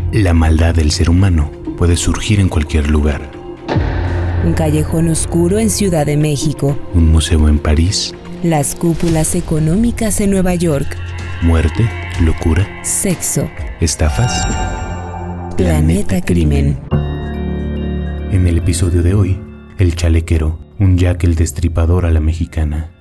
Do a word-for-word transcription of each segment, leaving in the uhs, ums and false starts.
La maldad del ser humano puede surgir en cualquier lugar. Un callejón oscuro en Ciudad de México. Un museo en París. Las cúpulas económicas en Nueva York. Muerte, locura, sexo, estafas. Planeta, Planeta Crimen. En el episodio de hoy, el chalequero, un Jack el Destripador a la mexicana.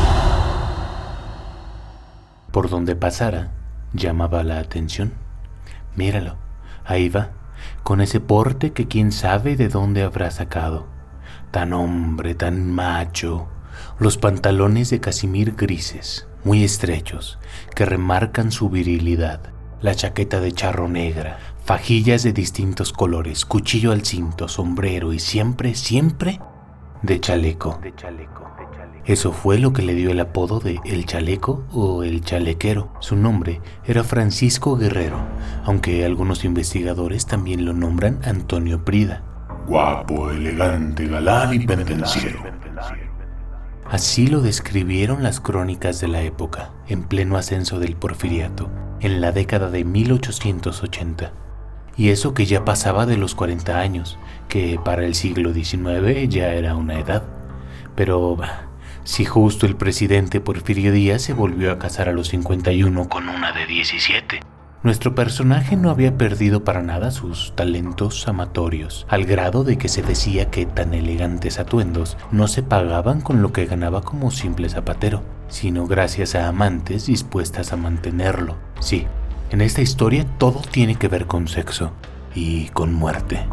Por donde pasara, llamaba la atención. Míralo, ahí va, con ese porte que quién sabe de dónde habrá sacado. Tan hombre, tan macho. Los pantalones de casimir grises, muy estrechos, que remarcan su virilidad. La chaqueta de charro negra, fajillas de distintos colores, cuchillo al cinto, sombrero y siempre, siempre de chaleco. De chaleco. Eso fue lo que le dio el apodo de El Chaleco o El Chalequero. Su nombre era Francisco Guerrero, aunque algunos investigadores también lo nombran Antonio Prida. Guapo, elegante, galán y pendenciero. Así lo describieron las crónicas de la época, en pleno ascenso del porfiriato, en la década de mil ochocientos ochenta. Y eso que ya pasaba de los cuarenta años, que para el siglo diecinueve ya era una edad. Pero si justo el presidente Porfirio Díaz se volvió a casar a los cincuenta y uno con una de diecisiete. Nuestro personaje no había perdido para nada sus talentos amatorios, al grado de que se decía que tan elegantes atuendos no se pagaban con lo que ganaba como simple zapatero, sino gracias a amantes dispuestas a mantenerlo. Sí, en esta historia todo tiene que ver con sexo y con muerte.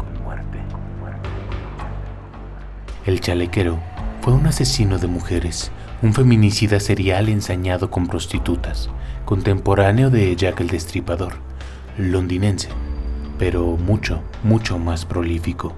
El chalequero fue un asesino de mujeres, un feminicida serial ensañado con prostitutas, contemporáneo de Jack el Destripador, londinense, pero mucho, mucho más prolífico.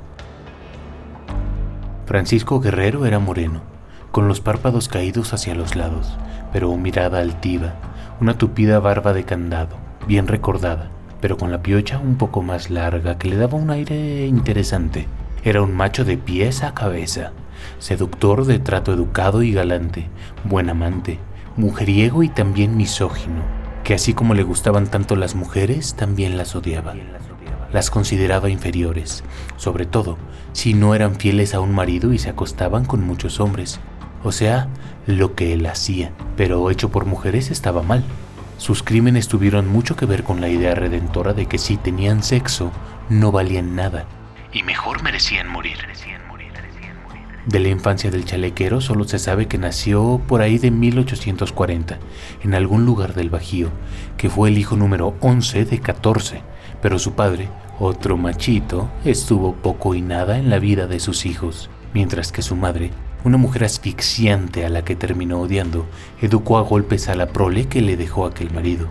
Francisco Guerrero era moreno, con los párpados caídos hacia los lados, pero mirada altiva, una tupida barba de candado, bien recordada, pero con la piocha un poco más larga que le daba un aire interesante. Era un macho de pies a cabeza, seductor de trato educado y galante, buen amante, mujeriego y también misógino, que así como le gustaban tanto las mujeres, también las odiaba. Las consideraba inferiores, sobre todo si no eran fieles a un marido y se acostaban con muchos hombres. O sea, lo que él hacía, pero hecho por mujeres estaba mal. Sus crímenes tuvieron mucho que ver con la idea redentora de que si tenían sexo, no valían nada, y mejor merecían morir. De la infancia del chalequero solo se sabe que nació por ahí de mil ochocientos cuarenta, en algún lugar del Bajío, que fue el hijo número once de catorce, pero su padre, otro machito, estuvo poco y nada en la vida de sus hijos, mientras que su madre, una mujer asfixiante a la que terminó odiando, educó a golpes a la prole que le dejó aquel marido.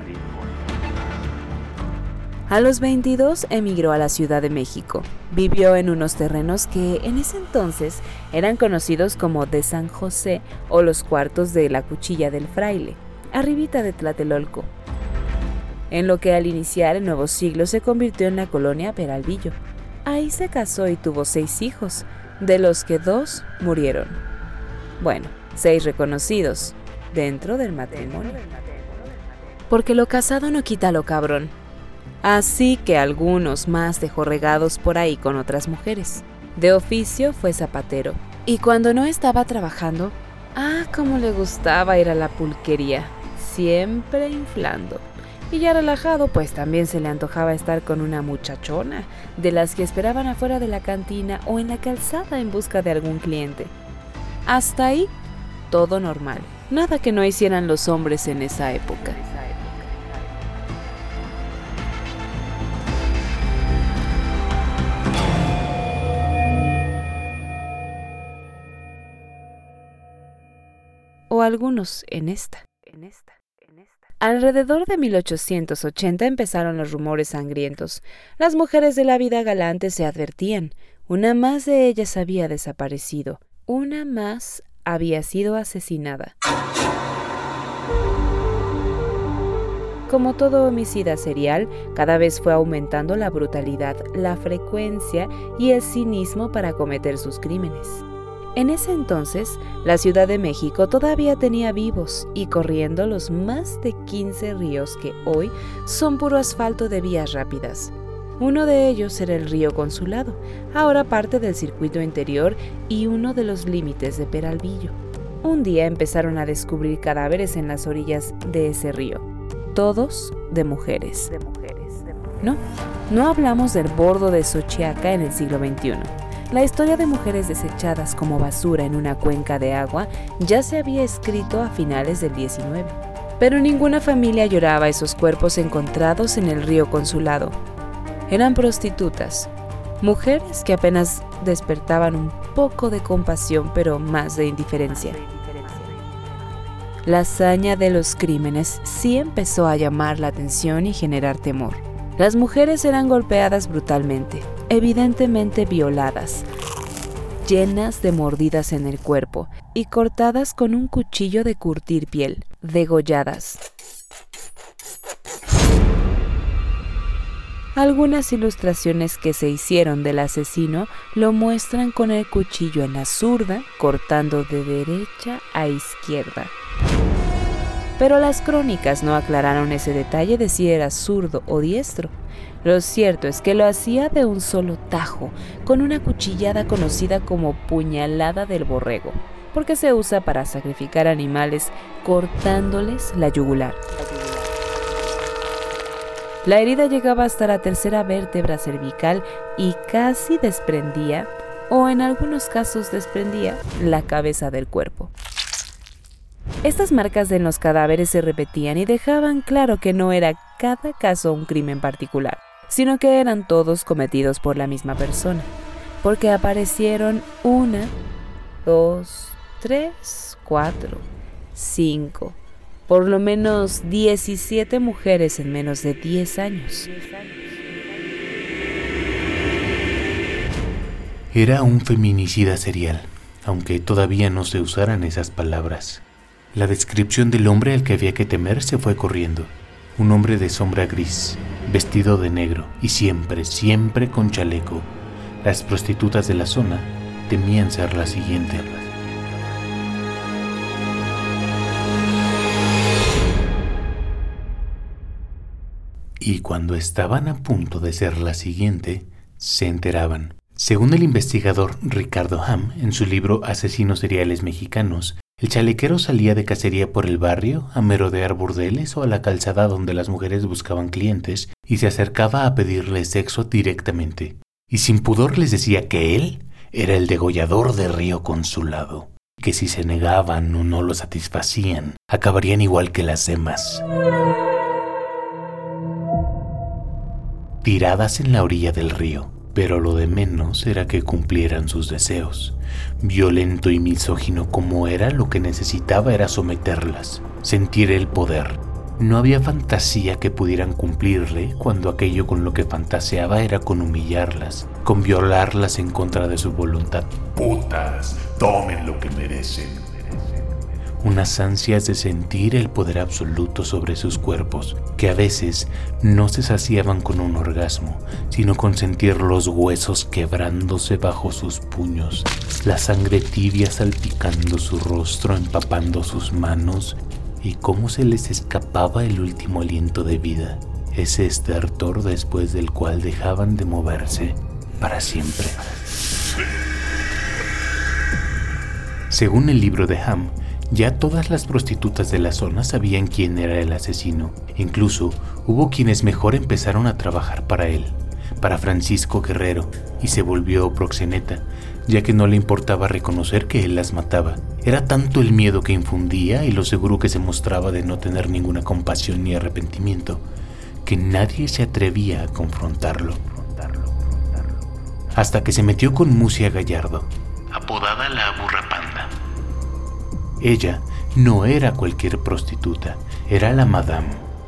A los veintidós emigró a la Ciudad de México. Vivió en unos terrenos que en ese entonces eran conocidos como de San José o los cuartos de la Cuchilla del Fraile, arribita de Tlatelolco, en lo que al iniciar el nuevo siglo se convirtió en la colonia Peralvillo. Ahí se casó y tuvo seis hijos, de los que dos murieron. Bueno, seis reconocidos dentro del matrimonio. Porque lo casado no quita lo cabrón. Así que algunos más dejó regados por ahí con otras mujeres. De oficio fue zapatero. Y cuando no estaba trabajando, ah, cómo le gustaba ir a la pulquería, siempre inflando. Y ya relajado, pues también se le antojaba estar con una muchachona, de las que esperaban afuera de la cantina o en la calzada en busca de algún cliente. Hasta ahí, todo normal. Nada que no hicieran los hombres en esa época. O algunos en esta, en esta, en esta. Alrededor de mil ochocientos ochenta empezaron los rumores sangrientos. Las mujeres de la vida galante se advertían. Una más de ellas había desaparecido. Una más había sido asesinada. Como todo homicida serial, cada vez fue aumentando la brutalidad, la frecuencia y el cinismo para cometer sus crímenes. En ese entonces, la Ciudad de México todavía tenía vivos y corriendo los más de quince ríos que hoy son puro asfalto de vías rápidas. Uno de ellos era el río Consulado, ahora parte del circuito interior y uno de los límites de Peralvillo. Un día empezaron a descubrir cadáveres en las orillas de ese río, todos de mujeres. No, no hablamos del bordo de Xochiaca en el siglo veintiuno. La historia de mujeres desechadas como basura en una cuenca de agua ya se había escrito a finales del diecinueve. Pero ninguna familia lloraba esos cuerpos encontrados en el río Consulado. Eran prostitutas, mujeres que apenas despertaban un poco de compasión, pero más de indiferencia. La hazaña de los crímenes sí empezó a llamar la atención y generar temor. Las mujeres eran golpeadas brutalmente, evidentemente violadas, llenas de mordidas en el cuerpo y cortadas con un cuchillo de curtir piel, degolladas. Algunas ilustraciones que se hicieron del asesino lo muestran con el cuchillo en la zurda, cortando de derecha a izquierda. Pero las crónicas no aclararon ese detalle de si era zurdo o diestro. Lo cierto es que lo hacía de un solo tajo, con una cuchillada conocida como puñalada del borrego, porque se usa para sacrificar animales cortándoles la yugular. La herida llegaba hasta la tercera vértebra cervical y casi desprendía, o en algunos casos desprendía, la cabeza del cuerpo. Estas marcas en los cadáveres se repetían y dejaban claro que no era cada caso un crimen particular, sino que eran todos cometidos por la misma persona, porque aparecieron una, dos, tres, cuatro, cinco, por lo menos diecisiete mujeres en menos de diez años. Era un feminicida serial, aunque todavía no se usaran esas palabras. La descripción del hombre al que había que temer se fue corriendo. Un hombre de sombra gris, vestido de negro y siempre, siempre con chaleco. Las prostitutas de la zona temían ser la siguiente. Y cuando estaban a punto de ser la siguiente, se enteraban. Según el investigador Ricardo Ham, en su libro Asesinos seriales mexicanos, el chalequero salía de cacería por el barrio a merodear burdeles o a la calzada donde las mujeres buscaban clientes y se acercaba a pedirles sexo directamente. Y sin pudor les decía que él era el degollador de Río Consulado, que si se negaban o no lo satisfacían, acabarían igual que las demás, tiradas en la orilla del río. Pero lo de menos era que cumplieran sus deseos. Violento y misógino como era, lo que necesitaba era someterlas, sentir el poder. No había fantasía que pudieran cumplirle cuando aquello con lo que fantaseaba era con humillarlas, con violarlas en contra de su voluntad. Putas, tomen lo que merecen. Unas ansias de sentir el poder absoluto sobre sus cuerpos, que a veces no se saciaban con un orgasmo, sino con sentir los huesos quebrándose bajo sus puños, la sangre tibia salpicando su rostro, empapando sus manos, y cómo se les escapaba el último aliento de vida, ese estertor después del cual dejaban de moverse para siempre. Según el libro de Ham, ya todas las prostitutas de la zona sabían quién era el asesino. Incluso hubo quienes mejor empezaron a trabajar para él, para Francisco Guerrero, y se volvió proxeneta, ya que no le importaba reconocer que él las mataba. Era tanto el miedo que infundía y lo seguro que se mostraba de no tener ninguna compasión ni arrepentimiento, que nadie se atrevía a confrontarlo. Hasta que se metió con Mucia Gallardo, apodada la Burra Panda. Ella no era cualquier prostituta, era la Madame.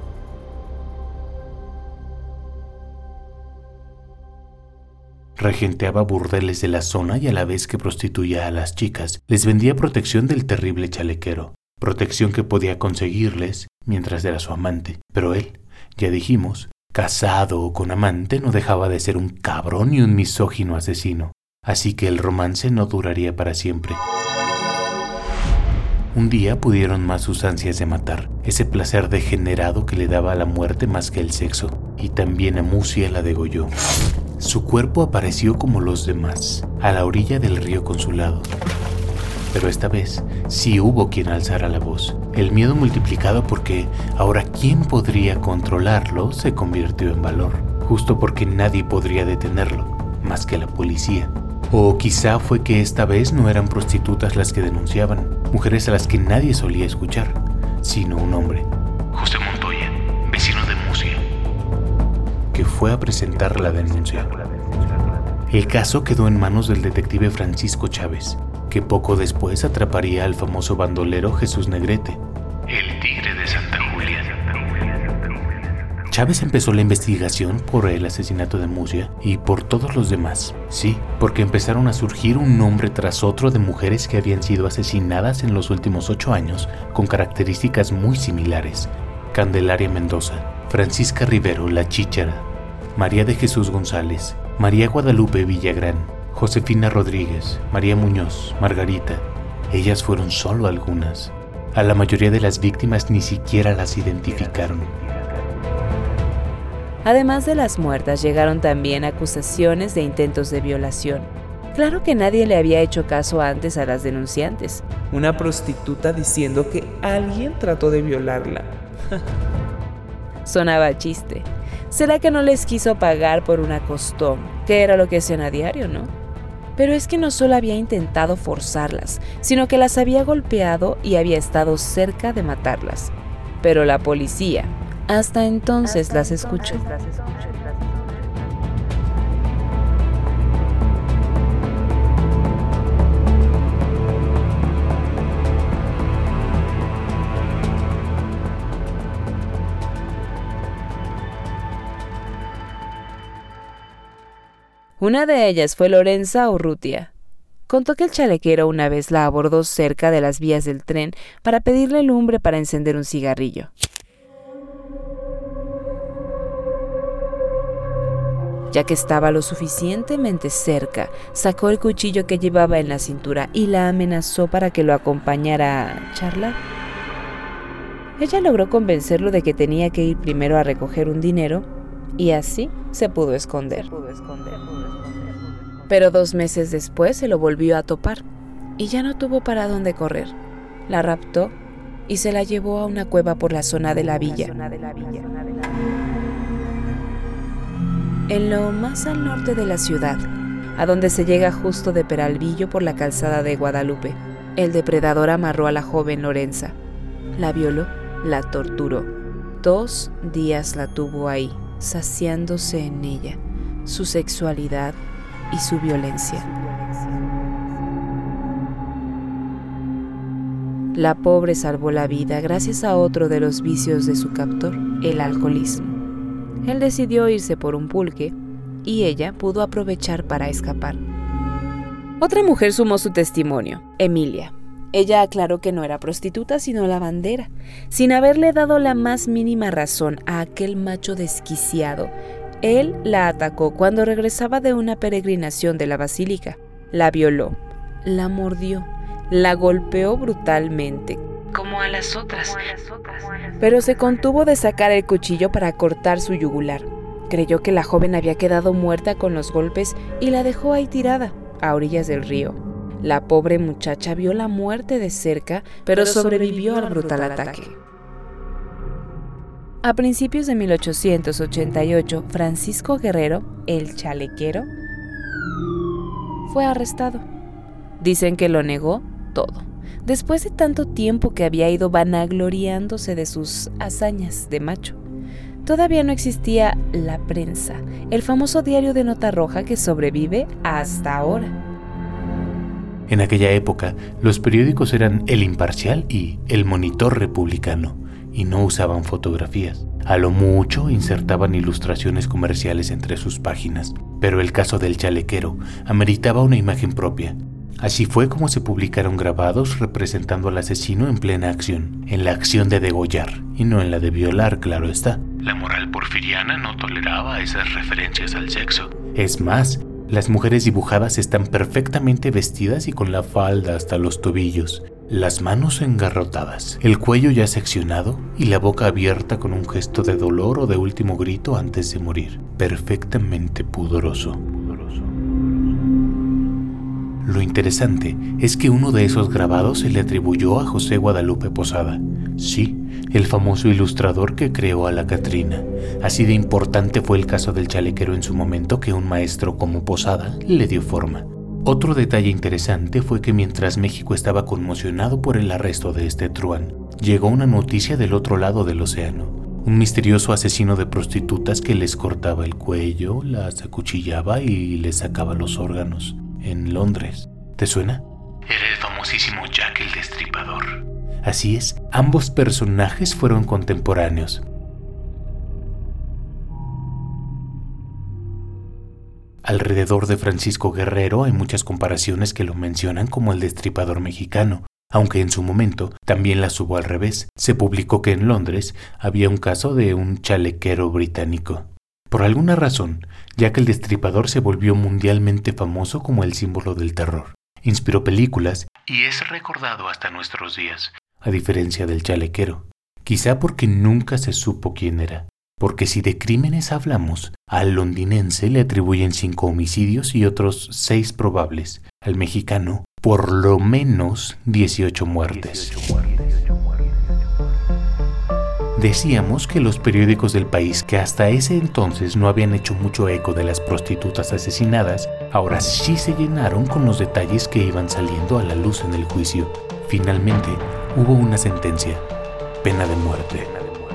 Regenteaba burdeles de la zona y a la vez que prostituía a las chicas, les vendía protección del terrible chalequero, protección que podía conseguirles mientras era su amante. Pero él, ya dijimos, casado o con amante, no dejaba de ser un cabrón y un misógino asesino, así que el romance no duraría para siempre. Un día pudieron más sus ansias de matar, ese placer degenerado que le daba a la muerte más que el sexo, y también a Musia la degolló. Su cuerpo apareció como los demás, a la orilla del río Consulado. Pero esta vez sí hubo quien alzara la voz. El miedo multiplicado porque ahora quien podría controlarlo se convirtió en valor, justo porque nadie podría detenerlo, más que la policía. O quizá fue que esta vez no eran prostitutas las que denunciaban, mujeres a las que nadie solía escuchar, sino un hombre, José Montoya, vecino de Musia, que fue a presentar la denuncia. El caso quedó en manos del detective Francisco Chávez, que poco después atraparía al famoso bandolero Jesús Negrete, el tigre de Santa Julia. Chávez empezó la investigación por el asesinato de Musia y por todos los demás. Sí, porque empezaron a surgir un nombre tras otro de mujeres que habían sido asesinadas en los últimos ocho años con características muy similares. Candelaria Mendoza, Francisca Rivero, la Chíchara, María de Jesús González, María Guadalupe Villagrán, Josefina Rodríguez, María Muñoz, Margarita. Ellas fueron solo algunas. A la mayoría de las víctimas ni siquiera las identificaron. Además de las muertas, llegaron también acusaciones de intentos de violación. Claro que nadie le había hecho caso antes a las denunciantes. Una prostituta diciendo que alguien trató de violarla. Sonaba chiste. ¿Será que no les quiso pagar por un acostón? Que era lo que hacían a diario, ¿no? Pero es que no solo había intentado forzarlas, sino que las había golpeado y había estado cerca de matarlas. Pero la policía hasta entonces hasta las escuchó. Entonces las escuchó. Una de ellas fue Lorenza Urrutia. Contó que el chalequero una vez la abordó cerca de las vías del tren para pedirle lumbre para encender un cigarrillo. Ya que estaba lo suficientemente cerca, sacó el cuchillo que llevaba en la cintura y la amenazó para que lo acompañara a charlar. Ella logró convencerlo de que tenía que ir primero a recoger un dinero y así se pudo esconder. Se pudo esconder. Pero dos meses después se lo volvió a topar y ya no tuvo para dónde correr. La raptó y se la llevó a una cueva por la zona de la villa. En lo más al norte de la ciudad, a donde se llega justo de Peralvillo por la calzada de Guadalupe. El depredador amarró a la joven Lorenza, la violó, la torturó. Dos días la tuvo ahí, saciándose en ella, su sexualidad y su violencia. La pobre salvó la vida gracias a otro de los vicios de su captor, el alcoholismo. Él decidió irse por un pulque y ella pudo aprovechar para escapar. Otra mujer sumó su testimonio, Emilia. Ella aclaró que no era prostituta sino lavandera, sin haberle dado la más mínima razón a aquel macho desquiciado. Él la atacó cuando regresaba de una peregrinación de la basílica, la violó, la mordió, la golpeó brutalmente, como a las otras, pero se contuvo de sacar el cuchillo para cortar su yugular. Creyó que la joven había quedado muerta con los golpes y la dejó ahí tirada, a orillas del río. La pobre muchacha vio la muerte de cerca, pero, pero sobrevivió, sobrevivió al brutal, brutal ataque. ataque. A principios de mil ochocientos ochenta y ocho, Francisco Guerrero, el chalequero, fue arrestado. Dicen que lo negó todo. Después de tanto tiempo que había ido vanagloriándose de sus hazañas de macho. Todavía no existía La Prensa, el famoso diario de nota roja que sobrevive hasta ahora. En aquella época, los periódicos eran El Imparcial y El Monitor Republicano, y no usaban fotografías. A lo mucho insertaban ilustraciones comerciales entre sus páginas, pero el caso del chalequero ameritaba una imagen propia. Así fue como se publicaron grabados representando al asesino en plena acción, en la acción de degollar, y no en la de violar, claro está. La moral porfiriana no toleraba esas referencias al sexo. Es más, las mujeres dibujadas están perfectamente vestidas y con la falda hasta los tobillos. las manos engarrotadas, el cuello ya seccionado y la boca abierta con un gesto de dolor o de último grito antes de morir, perfectamente pudoroso. Lo interesante es que uno de esos grabados se le atribuyó a José Guadalupe Posada, sí, el famoso ilustrador que creó a la Catrina. Así de importante fue el caso del chalequero en su momento que un maestro como Posada le dio forma. Otro detalle interesante fue que mientras México estaba conmocionado por el arresto de este truán, llegó una noticia del otro lado del océano. Un misterioso asesino de prostitutas que les cortaba el cuello, las acuchillaba y les sacaba los órganos. En Londres. ¿Te suena? Era el famosísimo Jack el Destripador. Así es, ambos personajes fueron contemporáneos. Alrededor de Francisco Guerrero hay muchas comparaciones que lo mencionan como el destripador mexicano, aunque en su momento también las hubo al revés. Se publicó que en Londres había un caso de un chalequero británico. Por alguna razón, Jack el Destripador se volvió mundialmente famoso como el símbolo del terror. Inspiró películas y es recordado hasta nuestros días, a diferencia del chalequero. Quizá porque nunca se supo quién era. Porque si de crímenes hablamos, al londinense le atribuyen cinco homicidios y otros seis probables. Al mexicano, por lo menos dieciocho muertes. Decíamos que los periódicos del país, que hasta ese entonces no habían hecho mucho eco de las prostitutas asesinadas, ahora sí se llenaron con los detalles que iban saliendo a la luz en el juicio. Finalmente, hubo una sentencia: pena de muerte.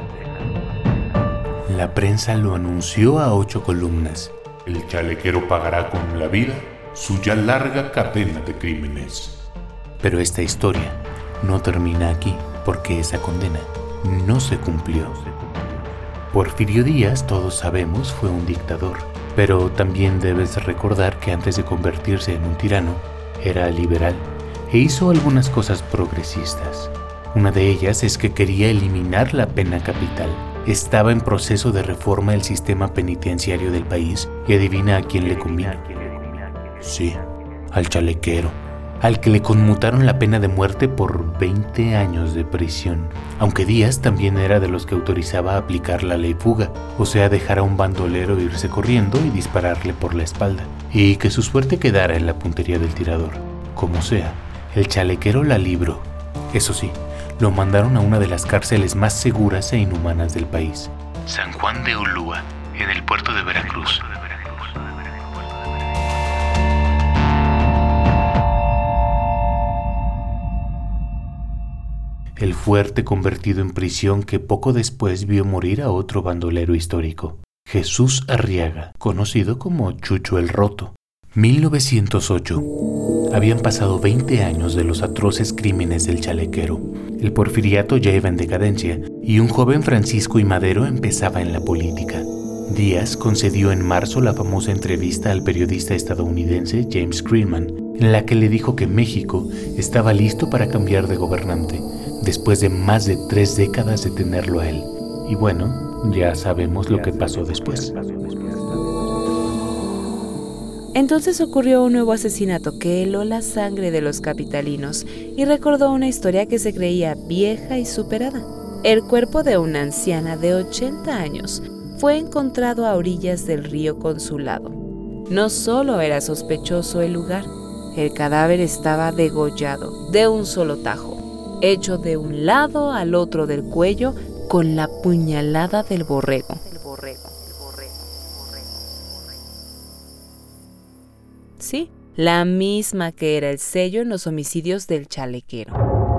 La prensa lo anunció a ocho columnas. El chalequero pagará con la vida su ya larga cadena de crímenes. Pero esta historia no termina aquí, porque esa condena no se cumplió. Porfirio Díaz, todos sabemos, fue un dictador, pero también debes recordar que antes de convertirse en un tirano, era liberal e hizo algunas cosas progresistas. Una de ellas es que quería eliminar la pena capital. Estaba en proceso de reforma del sistema penitenciario del país y adivina a quién le convino. Sí, al chalequero, al que le conmutaron la pena de muerte por veinte años de prisión, aunque Díaz también era de los que autorizaba aplicar la ley fuga, o sea, dejar a un bandolero irse corriendo y dispararle por la espalda, y que su suerte quedara en la puntería del tirador. Como sea, el chalequero la libró. Eso sí, lo mandaron a una de las cárceles más seguras e inhumanas del país, San Juan de Ulúa, en el puerto de Veracruz. El fuerte convertido en prisión que poco después vio morir a otro bandolero histórico, Jesús Arriaga, conocido como Chucho el Roto. mil novecientos ocho. Habían pasado veinte años de los atroces crímenes del chalequero. El porfiriato ya iba en decadencia y un joven Francisco I. Madero empezaba en la política. Díaz concedió en marzo la famosa entrevista al periodista estadounidense James Creelman, en la que le dijo que México estaba listo para cambiar de gobernante, después de más de tres décadas de tenerlo a él. Y bueno, ya sabemos lo que pasó después. Entonces ocurrió un nuevo asesinato que heló la sangre de los capitalinos y recordó una historia que se creía vieja y superada. El cuerpo de una anciana de ochenta años fue encontrado a orillas del río Consulado. No solo era sospechoso el lugar, el cadáver estaba degollado de un solo tajo, hecho de un lado al otro del cuello con la puñalada del borrego. Sí, la misma que era el sello en los homicidios del chalequero.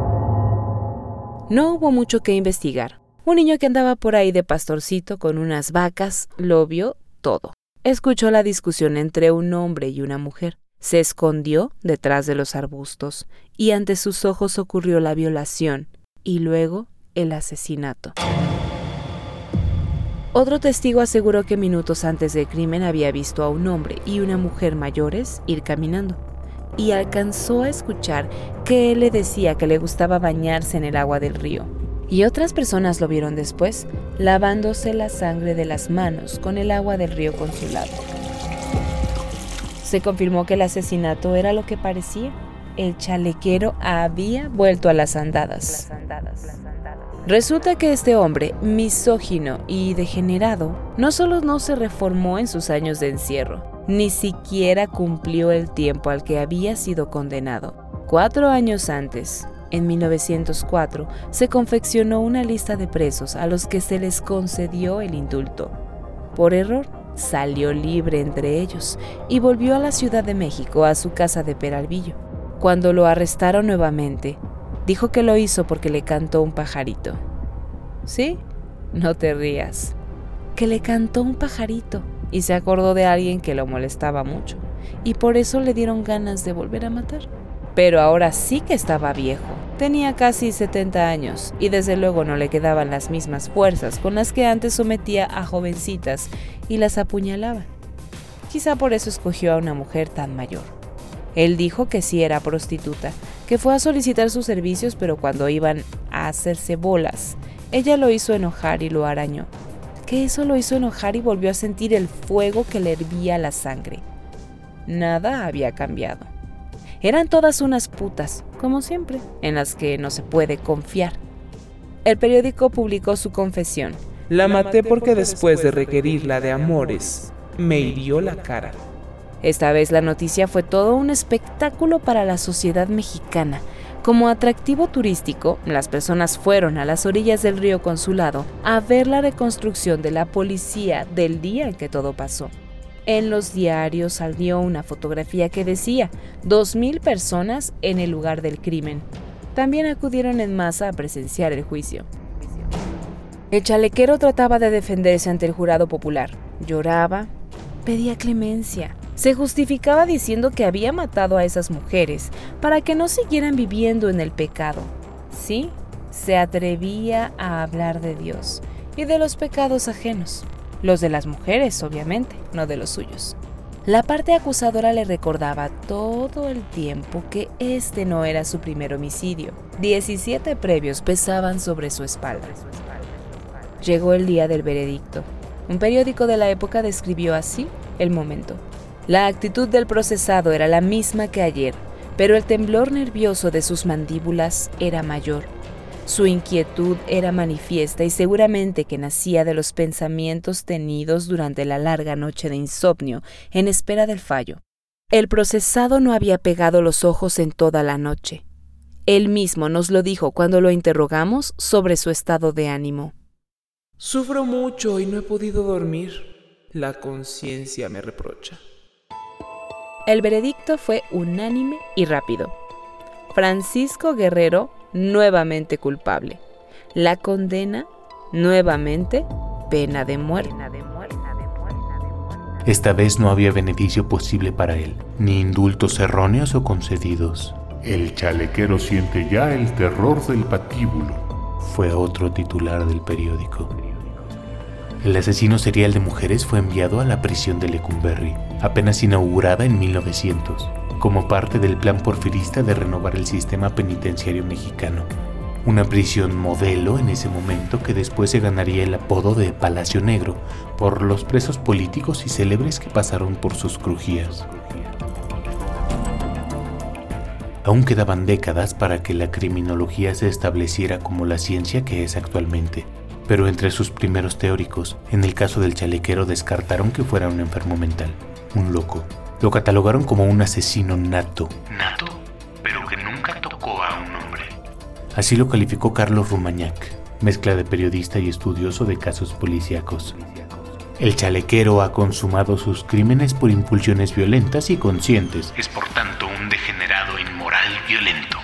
No hubo mucho que investigar. Un niño que andaba por ahí de pastorcito con unas vacas lo vio todo. Escuchó la discusión entre un hombre y una mujer. Se escondió detrás de los arbustos y ante sus ojos ocurrió la violación y luego el asesinato. Otro testigo aseguró que minutos antes del crimen había visto a un hombre y una mujer mayores ir caminando y alcanzó a escuchar que él le decía que le gustaba bañarse en el agua del río. Y otras personas lo vieron después, lavándose la sangre de las manos con el agua del río Consulado. Se confirmó que el asesinato era lo que parecía. el chalequero había vuelto a las andadas. Resulta que este hombre, misógino y degenerado, no solo no se reformó en sus años de encierro, ni siquiera cumplió el tiempo al que había sido condenado. Cuatro años antes, en mil novecientos cuatro, se confeccionó una lista de presos a los que se les concedió el indulto. Por error, salió libre entre ellos y volvió a la Ciudad de México, a su casa de Peralvillo. Cuando lo arrestaron nuevamente, dijo que lo hizo porque le cantó un pajarito. ¿Sí? No te rías. Que le cantó un pajarito y se acordó de alguien que lo molestaba mucho y por eso le dieron ganas de volver a matar. Pero ahora sí que estaba viejo. Tenía casi setenta años y desde luego no le quedaban las mismas fuerzas con las que antes sometía a jovencitas y las apuñalaba. Quizá por eso escogió a una mujer tan mayor. Él dijo que sí era prostituta, que fue a solicitar sus servicios, pero cuando iban a hacerse bolas, ella lo hizo enojar y lo arañó. Que eso lo hizo enojar y volvió a sentir el fuego que le hervía la sangre. Nada había cambiado. Eran todas unas putas, como siempre, en las que no se puede confiar. El periódico publicó su confesión. La maté porque después de requerirla de amores, me hirió la cara. Esta vez la noticia fue todo un espectáculo para la sociedad mexicana. Como atractivo turístico, las personas fueron a las orillas del río Consulado a ver la reconstrucción de la policía del día en que todo pasó. En los diarios salió una fotografía que decía dos mil personas en el lugar del crimen. También acudieron en masa a presenciar el juicio. El chalequero trataba de defenderse ante el jurado popular. Lloraba, pedía clemencia. Se justificaba diciendo que había matado a esas mujeres para que no siguieran viviendo en el pecado. Sí, se atrevía a hablar de Dios y de los pecados ajenos. Los de las mujeres, obviamente, no de los suyos. La parte acusadora le recordaba todo el tiempo que este no era su primer homicidio. diecisiete previos pesaban sobre su espalda. Llegó el día del veredicto. Un periódico de la época describió así el momento. La actitud del procesado era la misma que ayer, pero el temblor nervioso de sus mandíbulas era mayor. Su inquietud era manifiesta y seguramente que nacía de los pensamientos tenidos durante la larga noche de insomnio en espera del fallo. El procesado no había pegado los ojos en toda la noche. Él mismo nos lo dijo cuando lo interrogamos sobre su estado de ánimo. Sufro mucho y no he podido dormir. La conciencia me reprocha. El veredicto fue unánime y rápido. Francisco Guerrero, nuevamente culpable. La condena, nuevamente, pena de muerte. Esta vez no había beneficio posible para él, ni indultos erróneos o concedidos. El chalequero siente ya el terror del patíbulo, fue otro titular del periódico. El asesino serial de mujeres fue enviado a la prisión de Lecumberri, apenas inaugurada en mil novecientos, como parte del plan porfirista de renovar el sistema penitenciario mexicano. Una prisión modelo en ese momento que después se ganaría el apodo de Palacio Negro por los presos políticos y célebres que pasaron por sus crujías. Aún quedaban décadas para que la criminología se estableciera como la ciencia que es actualmente. Pero entre sus primeros teóricos, en el caso del chalequero descartaron que fuera un enfermo mental, un loco. Lo catalogaron como un asesino nato. Nato, pero que nunca tocó a un hombre. Así lo calificó Carlos Rumañac, mezcla de periodista y estudioso de casos policíacos. El chalequero ha consumado sus crímenes por impulsiones violentas y conscientes. Es por tanto un degenerado inmoral violento.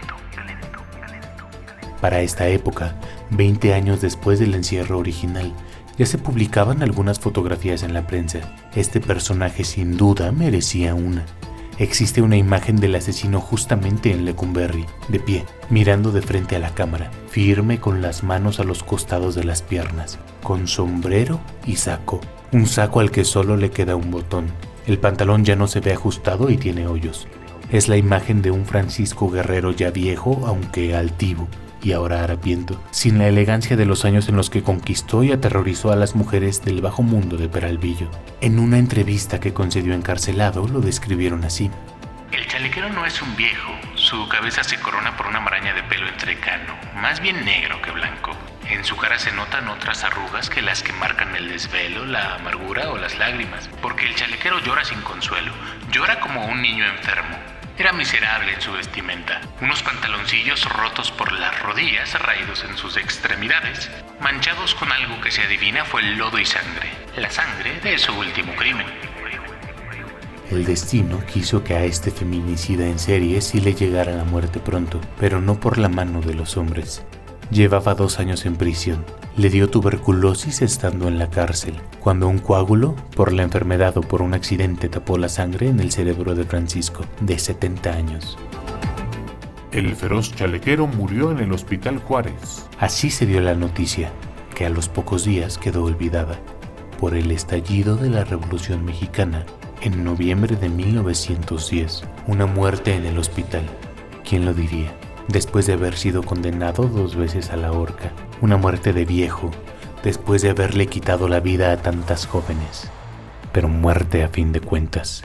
Para esta época, veinte años después del encierro original, ya se publicaban algunas fotografías en la prensa. Este personaje sin duda merecía una. Existe una imagen del asesino justamente en Lecumberri, de pie, mirando de frente a la cámara, firme con las manos a los costados de las piernas, con sombrero y saco. Un saco al que solo le queda un botón. El pantalón ya no se ve ajustado y tiene hoyos. Es la imagen de un Francisco Guerrero ya viejo, aunque altivo, y ahora harapiento, sin la elegancia de los años en los que conquistó y aterrorizó a las mujeres del bajo mundo de Peralvillo. En una entrevista que concedió encarcelado lo describieron así: El chalequero no es un viejo. Su cabeza se corona por una maraña de pelo entrecano, más bien negro que blanco. En su cara se notan otras arrugas que las que marcan el desvelo, la amargura o las lágrimas, porque el chalequero llora sin consuelo, llora como un niño enfermo. Era miserable en su vestimenta, unos pantaloncillos rotos por las rodillas, raídos en sus extremidades, manchados con algo que se adivina fue el lodo y sangre, la sangre de su último crimen. El destino quiso que a este feminicida en serie sí le llegara la muerte pronto, pero no por la mano de los hombres. Llevaba dos años en prisión. Le dio tuberculosis estando en la cárcel, cuando un coágulo, por la enfermedad o por un accidente, tapó la sangre en el cerebro de Francisco, de setenta años. El feroz chalequero murió en el Hospital Juárez. Así se dio la noticia, que a los pocos días quedó olvidada, por el estallido de la Revolución Mexicana, en noviembre de mil novecientos diez, una muerte en el hospital. ¿Quién lo diría? Después de haber sido condenado dos veces a la horca, una muerte de viejo, después de haberle quitado la vida a tantas jóvenes, pero muerte a fin de cuentas.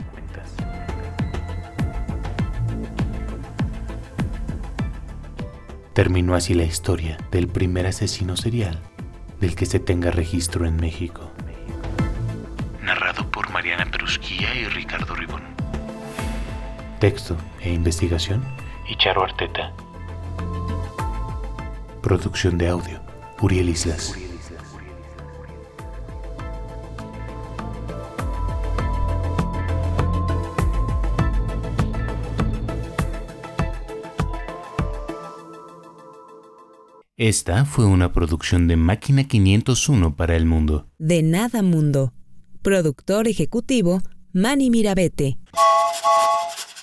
Terminó así la historia del primer asesino serial del que se tenga registro en México. Narrado por Mariana Perusquía y Ricardo Ribón. Texto e investigación y Charo Arteta. Producción de audio, Uriel Islas. Esta fue una producción de Máquina quinientos uno para el mundo. De Nada Mundo. Productor ejecutivo, Manny Mirabete.